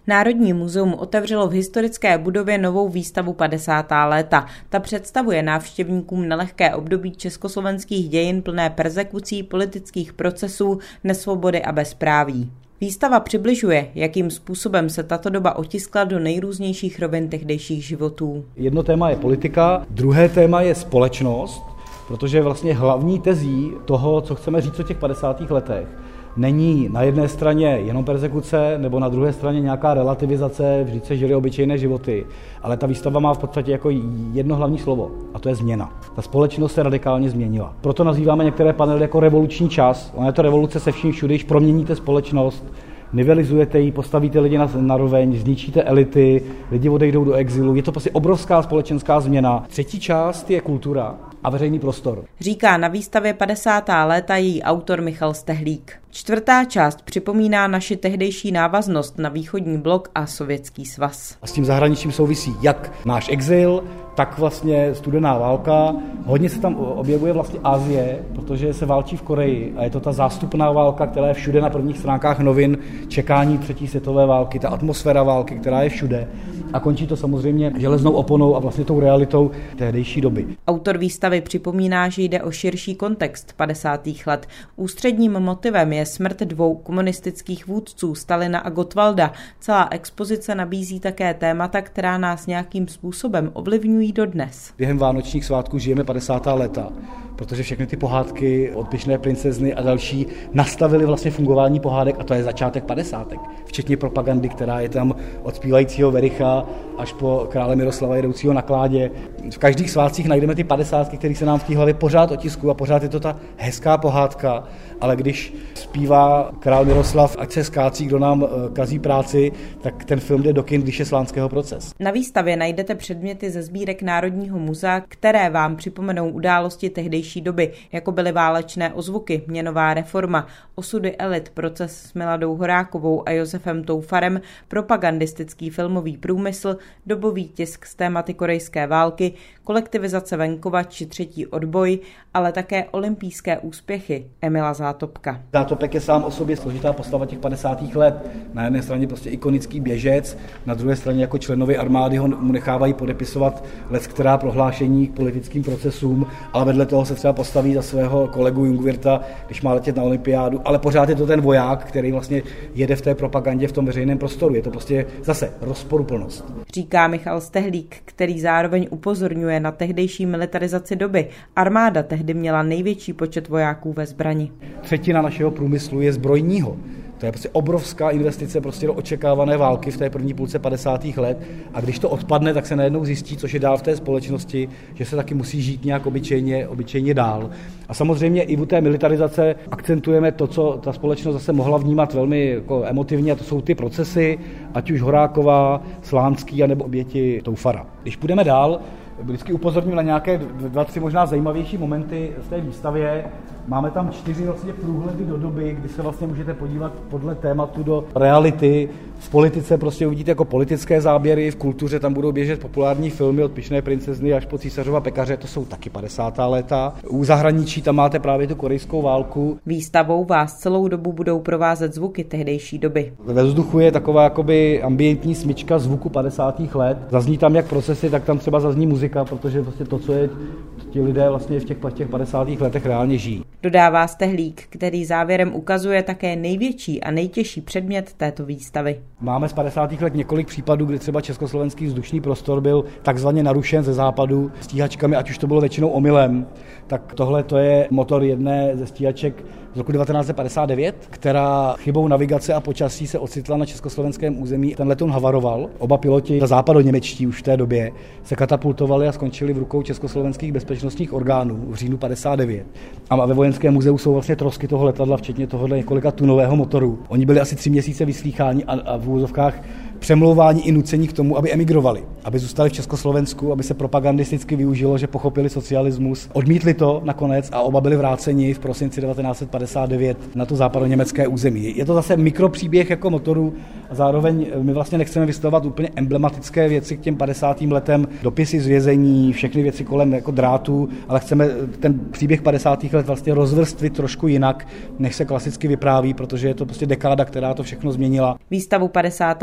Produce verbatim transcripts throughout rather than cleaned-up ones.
Národní muzeum otevřelo v historické budově novou výstavu padesátá léta. Ta představuje návštěvníkům nelehké období československých dějin plné perzekucí, politických procesů, nesvobody a bezpráví. Výstava přibližuje, jakým způsobem se tato doba otiskla do nejrůznějších rovin tehdejších životů. Jedno téma je politika, druhé téma je společnost, protože vlastně hlavní tezí toho, co chceme říct o těch padesátých letech, není na jedné straně jenom perzekuce, nebo na druhé straně nějaká relativizace, vždyť se žili obyčejné životy, ale ta výstava má v podstatě jako jedno hlavní slovo, a to je změna. Ta společnost se radikálně změnila. Proto nazýváme některé panely jako revoluční čas. Ona je to revoluce se vším všude, když proměníte společnost, nivelizujete ji, postavíte lidi na, na roveň, zničíte elity, lidi odejdou do exilu. Je to prostě obrovská společenská změna. Třetí část je kultura a veřejný prostor. Říká na výstavě padesátá léta její autor Michal Stehlík. Čtvrtá část připomíná naši tehdejší návaznost na východní blok a Sovětský svaz. A s tím zahraničím souvisí jak náš exil, tak vlastně studená válka. Hodně se tam objevuje vlastně Asie, protože se válčí v Koreji a je to ta zástupná válka, která je všude na prvních stránkách novin, čekání třetí světové války, ta atmosféra války, která je všude. A končí to samozřejmě železnou oponou a vlastně tou realitou tehdejší doby. Autor výstavy připomíná, že jde o širší kontext padesátých let. Ústředním motivem je smrt dvou komunistických vůdců, Stalina a Gottwalda. Celá expozice nabízí také témata, která nás nějakým způsobem ovlivňují dodnes. Během vánočních svátků žijeme padesátá léta, protože všechny ty pohádky od Pyšné princezny a další nastavily vlastně fungování pohádek a to je začátek padesátek. Včetně propagandy, která je tam od zpívajícího Vericha až po krále Miroslava jedoucího na kládě. V každých svátcích najdeme ty padesátky, které se nám v té hlavě pořád otiskují a pořád je to ta hezká pohádka, ale když zpívá král Miroslav, ať se skácí, kdo nám kazí práci, tak ten film jde do kin, když je Slánského proces. Na výstavě najdete předměty ze sbírek Národního muzea, které vám připomenou události tehdejší doby, jako byly válečné ozvuky, měnová reforma, osudy elit, proces s Miladou Horákovou a Josefem Toufarem, propagandistický filmový průmysl, dobový tisk z tématy korejské války, kolektivizace venkova či třetí odboj, ale také olympijské úspěchy Emila Zátopka. Zátopek je sám o sobě složitá postava těch padesátých let. Na jedné straně prostě ikonický běžec, na druhé straně jako členovi armády ho mu nechávají podepisovat leckterá prohlášení k politickým procesům, ale vedle toho se třeba postaví za svého kolegu Jungwirtha, když má letět na olympiádu, ale pořád je to ten voják, který vlastně jede v té propagandě v tom veřejném prostoru. Je to prostě zase rozporuplnost. Říká Michal Stehlík, který zároveň upozorňuje na tehdejší militarizaci doby. Armáda tehdy měla největší počet vojáků ve zbrani. Třetina našeho průmyslu je zbrojního. To je prostě obrovská investice prostě do očekávané války v té první půlce padesátých let a když to odpadne, tak se najednou zjistí, což je dál v té společnosti, že se taky musí žít nějak obyčejně, obyčejně dál. A samozřejmě i u té militarizace akcentujeme to, co ta společnost zase mohla vnímat velmi jako emotivně, a to jsou ty procesy, ať už Horáková, Slánský, anebo oběti Toufara. Když půjdeme dál, vždycky upozorním na nějaké dva, tři možná zajímavější momenty z té výstavě. Máme tam čtyři vlastně průhledy do doby, kdy se vlastně můžete podívat podle tématu do reality. V politice prostě uvidíte jako politické záběry, v kultuře tam budou běžet populární filmy od Pyšné princezny až po Císařova pekaře, to jsou taky padesátá léta. U zahraničí tam máte právě tu korejskou válku. Výstavou vás celou dobu budou provázet zvuky tehdejší doby. Ve vzduchu je taková jakoby ambientní smyčka zvuku padesátých let. Zazní tam jak procesy, tak tam třeba zazní muzika, protože vlastně to, co je ti lidé vlastně v těch, těch padesátých letech reálně žijí. Dodává Stehlík, který závěrem ukazuje také největší a nejtěžší předmět této výstavy. Máme z padesátých let několik případů, kdy třeba československý vzdušný prostor byl takzvaně narušen ze západu stíhačkami, ať už to bylo většinou omylem. Tak tohle to je motor jedné ze stíhaček z roku devatenáct set padesát devět, která chybou navigace a počasí se ocitla na československém území. Ten letoun havaroval. Oba piloti, západoněmečtí už v té době, se katapultovali a skončili v rukou československých bezpečnostních orgánů v říjnu padesát devět. A ve vojenském muzeu jsou vlastně trosky toho letadla, včetně tohohle několika tunového motoru. Oni byli asi tři měsíce vyslýcháni a, a v úvozovkách přemlouvání i nucení k tomu, aby emigrovali, aby zůstali v Československu, aby se propagandisticky využilo, že pochopili socialismus. Odmítli to nakonec a oba byli vráceni v prosinci devatenáct set padesát devět na to západoněmecké území. Je to zase mikropříběh jako motoru a zároveň my vlastně nechceme vystavovat úplně emblematické věci k těm padesátým letem, dopisy z vězení, všechny věci kolem jako drátů, ale chceme ten příběh padesátých let vlastně rozvrstvit trošku jinak, než se klasicky vypráví, protože je to prostě dekáda, která to všechno změnila. Výstavu padesátá léta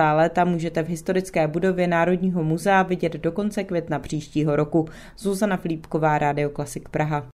auta můžete v historické budově Národního muzea vidět do konce května příštího roku. Zuzana Filipková, Rádio Klasik Praha.